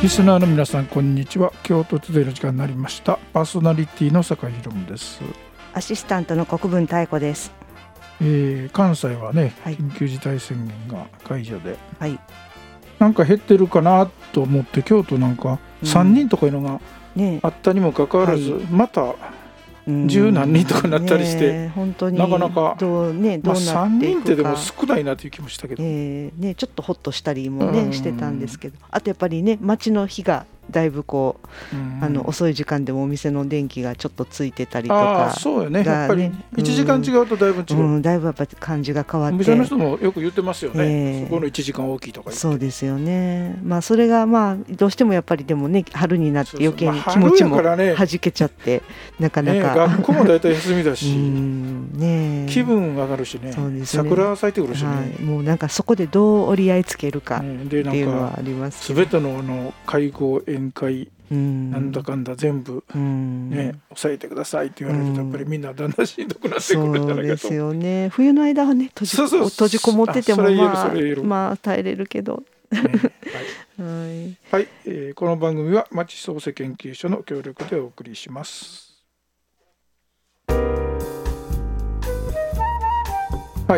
リスナーの皆さんこんにちは。京都トゥデイの時間になりました。パーソナリティの坂井宏夢です。 アシスタントの国分太子です。 関西はね、 はい、 緊急事態宣言が解除で、 はい、 なんか減ってるかなと思って京都なんか3人とかいうのがあったにもかかわらず、また十何人とかになったりして、 本当になかなかどうなっていくか、 3人ってでも少ないなという気もしたけど、 ちょっとホッとしたりもね、してたんですけど、あとやっぱりね、街の日がだいぶこう、遅い時間でもお店の電気がちょっとついてたりとか、 そうよね、やっぱり1時間違うとだいぶ違う、 だいぶやっぱり感じが変わって、 お店の人もよく言ってますよね、そこの1時間大きいとか言って。 そうですよね。それがどうしてもやっぱりでもね、春になって余計に気持ちも弾けちゃって、なかなか、 学校もだいたい休みだし気分上がるしね、桜咲いてくるしね、 もうなんかそこでどう折り合いつけるかっていうのはあります。 すべての会合宴会なんだかんだ全部抑えてくださいって言われると、やっぱりみんなだんだんしんどくなってくるんじゃないかと。 そうですよね。冬の間はね、閉じこもってても耐えれるけどはい、この番組は町創生研究所の協力でお送りします。はい、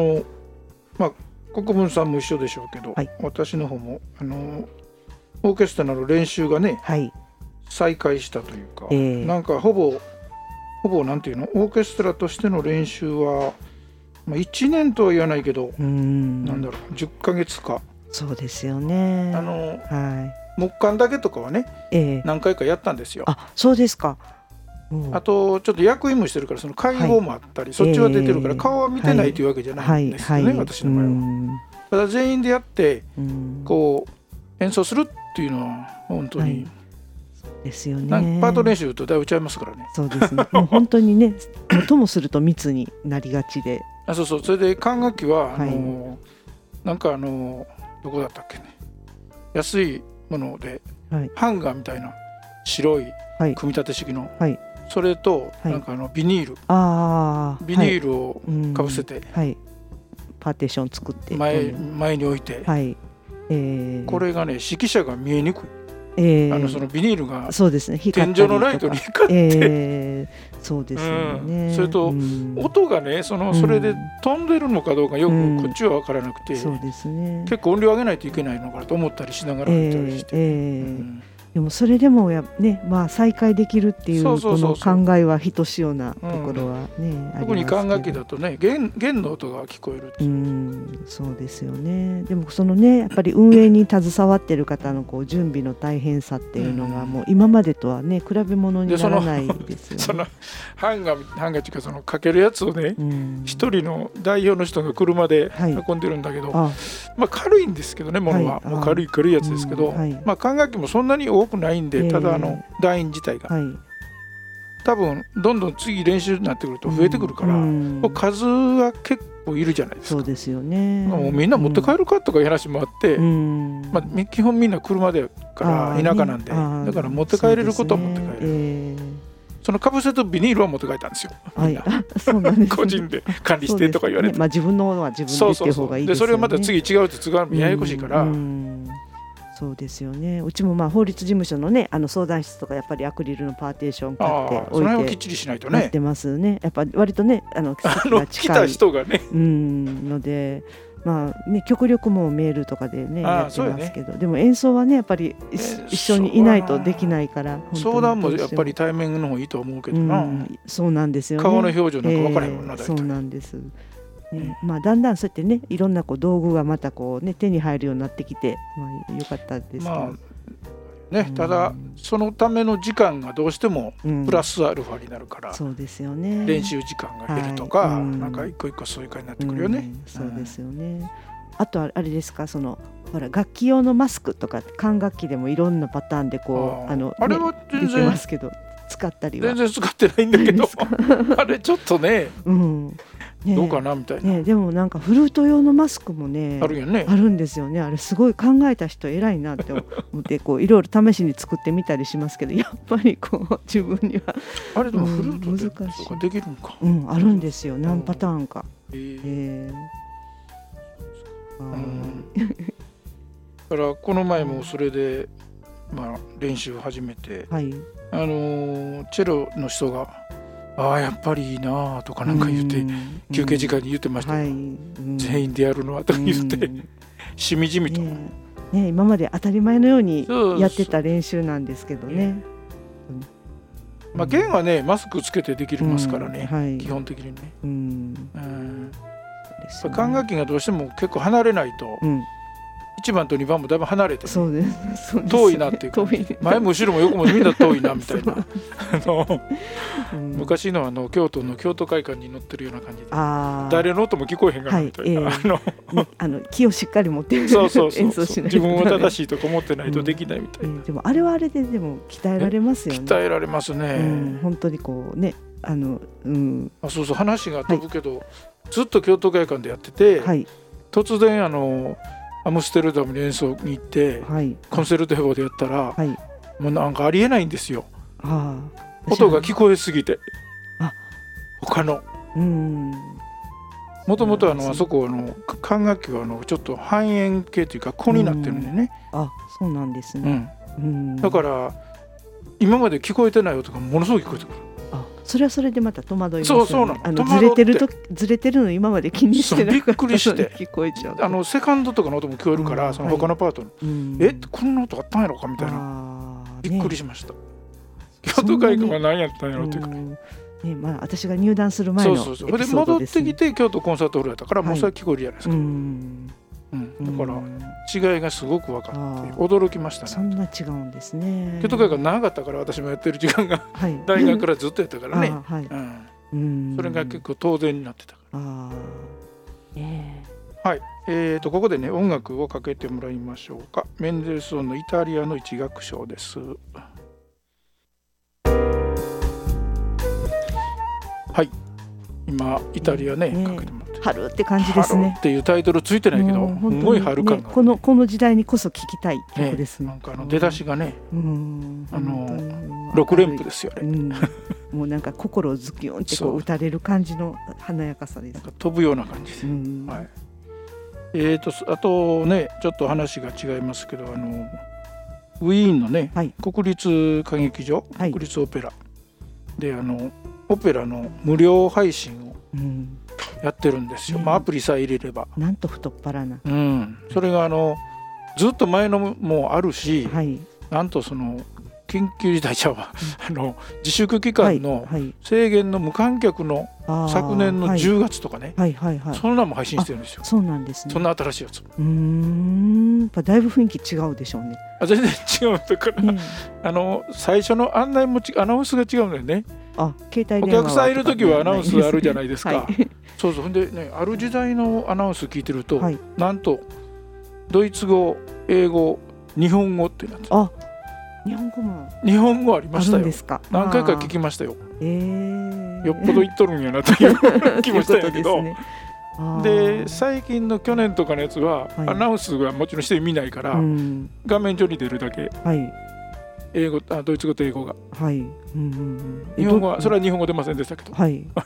国分さんも一緒でしょうけど、私の方もオーケストラの練習がね、再開したというか、なんかほぼなんていうの、オーケストラとしての練習は、1年とは言わないけど、なんだろう、10ヶ月か。 そうですよね。 木管だけとかはね、何回かやったんですよ。 そうですか。 あとちょっと役員もしてるから、その会合もあったり、そっちは出てるから顔は見てないというわけじゃないんですよね、私の場合は。ただ全員でやってこう演奏するっていうのは本当に、 ですよね。 パート練習とだいぶちゃいますからね。 そうですね。もう本当にね、ともすると密になりがちで。 そう、それで管楽器はなんかどこだったっけね、安いもので、ハンガーみたいな白い組み立て式の、それとなんかビニールをかぶせて、 パーテーション作って前に置いて、これがね、指揮者が見えにくい。そのビニールが天井のライトに光って、 そうですよね。 それと音がね、それで飛んでるのかどうかよくこっちは分からなくて、結構音量上げないといけないのかなと思ったりしながら見たりして、 でもそれでも再開できるっていうこの考えはひとしおなところはね、 特に管楽器だとね、弦の音が聞こえる。 そうですよね。でもやっぱり運営に携わっている方の準備の大変さっていうのがもう今までとはね、比べ物にならないですよね。 そのハンガーっていうか、そのかけるやつをね、一人の代表の人が車で運んでるんだけど、軽いんですけどね、物はもう軽いやつですけど、管楽器もそんなに多くないんで、ただ団員自体が、多分どんどん次練習になってくると増えてくるから、数は結構いるじゃないですか。 そうですよね。 もうみんな持って帰るかとかいう話もあって、基本みんな車でから田舎なんで、だから持って帰れることは持って帰れる。そのかぶせとビニールは持って帰ったんですよ。 そうなんです。 個人で管理してとか言われて、 自分のは自分でっていう方がいいですよね。 それをまた次違うって使うのややこしいから。 そうですよね。うちも法律事務所のね、相談室とかやっぱりアクリルのパーテーション買って置いて、 その辺をきっちりしないとね。 やってますね。やっぱ割とね、席が近い来た人がね、 ので、極力もメールとかでねやってますけど、でも演奏はねやっぱり一緒にいないとできないから、 相談もやっぱり対面の方がいいと思うけどな。 そうなんですよね。 顔の表情なんか分からへんもんな。 そうなんです。だんだんそうやってね、いろんな道具がまた手に入るようになってきて、よかったですけど、 ただそのための時間がどうしてもプラスアルファになるから、 そうですよね。 練習時間が減るとか、なんか一個一個そういう感じになってくるよね。 そうですよね。あとあれですか、ほら楽器用のマスクとか管楽器でもいろんなパターンであれは全然出てますけど、使ったりは全然使ってないんだけどあれちょっとね、どうかなみたいな。 でもなんかフルート用のマスクもねあるよね。 あるんですよね。あれすごい考えた人偉いなって思っていろいろ試しに作ってみたりしますけど、やっぱり自分にはあれでもフルートでできるのか。 あるんですよ。何パターンか。 だからこの前もそれで練習を始めて、 はい、 チェロの人がやっぱりいいなとかなんか言って休憩時間に言ってました、はい、全員でやるのはと言ってしみじみと、 今まで当たり前のようにやってた練習なんですけどね。 弦はねマスクつけてできますからね、はい、基本的にね、管楽器がどうしても結構離れないと、1番と2番もだいぶ離れて、 そうです遠いなっていうか、前も後ろも横もみんな遠いなみたいな昔の京都の京都会館に乗ってるような感じで誰の音も聞こえへんがなみたいな、 気をしっかり持って演奏しないと自分は正しいとか思ってないとできないみたいな、 でもあれはあれででも鍛えられますよね。 鍛えられますね、 本当にこうねそうそう話が飛ぶけど、ずっと京都会館でやってて、突然アムステルダムに演奏に行って、コンセルトヘボでやったら、もうなんかありえないんですよ。音が聞こえすぎて、他のもともとあそこ管楽器はちょっと半円形というか弧になってるんでね。 そうなんですね、 だから今まで聞こえてない音がものすごく聞こえてくる。 それはそれでまた戸惑いますよね。そうなの。 ずれてるの今まで気にしてなかったのに聞こえちゃう。 セカンドとかの音も聞こえるから、その他のパートの、こんな音あったんやろかみたいな、びっくりしました。京都会館は何やったんやろっていうか、 私が入団する前のエピソードですね。 で戻ってきて京都コンサートホールやったから、もうそれは聞こえるじゃないですか。だから違いがすごく分かって驚きましたね。 そんな違うんですね。 京都会館長かったから、私もやってる時間が大学からずっとやったからね、それが結構当然になってたから。はい、ここでね音楽をかけてもらいましょうか。メンデルスゾーンのイタリアの一楽章です。はい、今イタリアね、かけてもらって春って感じですね。 春っていうタイトルついてないけど、すごい春感が、 この時代にこそ聴きたい曲ですね。 なんか出だしがね、6連符ですよね。 もうなんか心をズキュンってこう打たれる感じの華やかさです。 なんか飛ぶような感じです。はい。あとねちょっと話が違いますけど、ウィーンのね、国立歌劇場、国立オペラでオペラの無料配信をやってるんですよ。アプリさえ入れれば。 なんと太っ腹な。 それがずっと前のもあるし、なんとその緊急事態ちゃうわ自粛期間の制限の無観客の昨年の10月とかね、そんなのも配信してるんですよ。 そうなんですね。 そんな新しいやつ。 やっぱだいぶ雰囲気違うでしょうね。 全然違う。だから、最初の案内もアナウンスが違うんだよね。 携帯電話お客さんいる時はアナウンスあるじゃないですか。そうそう。でね、ある時代のアナウンス聞いてると、なんとドイツ語、英語、日本語ってなってる。日本語ありましたよ。何回か聞きましたよ。よっぽど言っとるんやなという気もしたんやけど。で最近の去年とかのやつは、アナウンスはもちろんして見ないから、画面上に出るだけ、英語ドイツ語と英語が、日本語はそれは日本語出ませんでしたけど、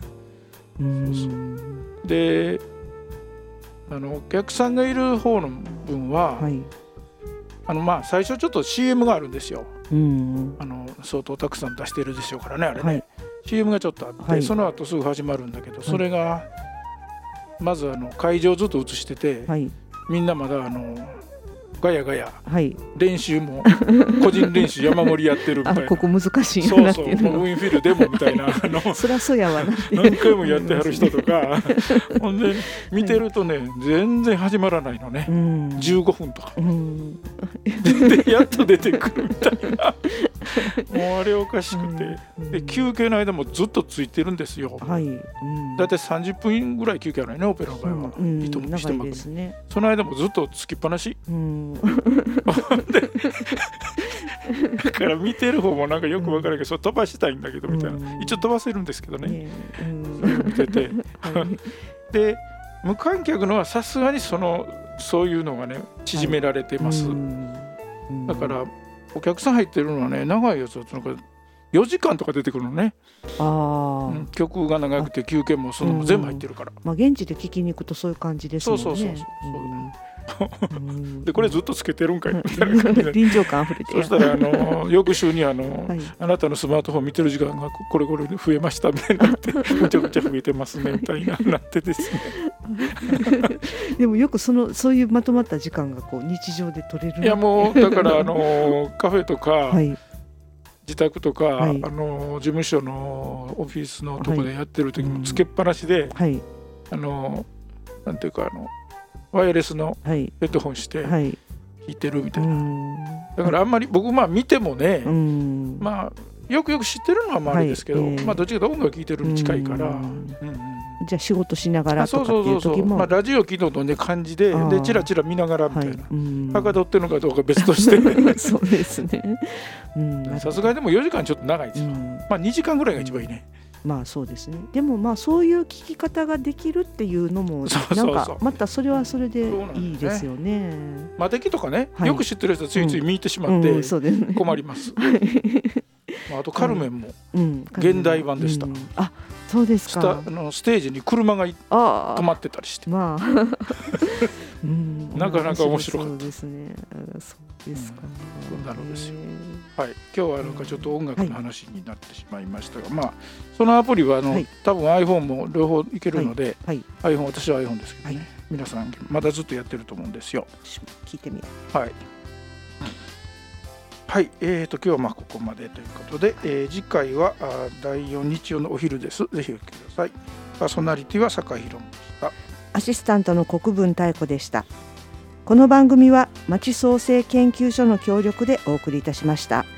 でお客さんがいる方の分は、最初ちょっと CM があるんですよ。相当たくさん出してるでしょうからね、あれね、CM がちょっとあって、その後すぐ始まるんだけど、それがまず会場をずっと映してて、みんなまだガヤガヤ、練習も個人練習山盛りやってるみたいな。 ここ難しいなっていうの。 ウィンフィルデモみたいなそりゃそうやわなって何回もやってはる人とかほんで見てるとね、全然始まらないのね、15分とかでやっと出てくるみたいなもうあれおかしくて、で休憩の間もずっとついてるんですよ。だいたい30分ぐらい休憩あるよね、オペラの場合は。一幕その間もずっとつきっぱなしだから見てる方もなんかよく分からないけど、それ飛ばしたいんだけどみたいな、一応飛ばせるんですけどね、見ててで無観客のはさすがにそういうのがね縮められてます。だからお客さん入ってるのはね、長いやつはなんか 4時間とか出てくるのね。曲が長くて休憩もそのも全部入ってるから、 現地で聞きに行くとそういう感じですもんね。そうでこれずっとつけてるんかいみたいな感じで臨場感あふれて、 そしたら翌週にあなたのスマートフォン見てる時間がこれ増えましたみたいになってめちゃくちゃ増えてますねみたいななってですねでもよくそういうまとまった時間がこう日常で取れる。 いやもうだからカフェとか、自宅とか、事務所のオフィスのとこでやってる時もつけっぱなしで、なんていうかワイヤレスのヘッドホンして弾いてるみたいな、だからあんまり僕見てもね、よく知ってるのはあれですけど、どっちかというと音楽聴いてるに近いから、 じゃあ仕事しながらとかっていう時もラジオ聴くのとね感じでチラチラ見ながらみたいな、はかどってるのかどうか別としてそうですね。 さすがにでも4時間ちょっと長いですよ。2時間ぐらいが一番いいね。 そうですね。でもそういう聞き方ができるっていうのもなんかまたそれはそれでいいですよね。 魔敵とかね、よく知ってる人はついつい見てしまって困ります。あとカルメンも現代版でした。 そうですか。 ステージに車が止まってたりして、なかなか面白かった。 そうですね。そうですか。 こんなのですよ。はい、今日はちょっと音楽の話になってしまいましたが、そのアプリは多分 iPhone も両方いけるので、iPhone 私は iPhone ですけどね、皆さんまだずっとやってると思うんですよ。 聞いてみよう。はい。はい、今日はここまでということで、次回は第4日曜のお昼です。ぜひお聞きください。パーソナリティは坂井宏美でした。 アシスタントの国分太子でした。この番組は町創生研究所の協力でお送りいたしました。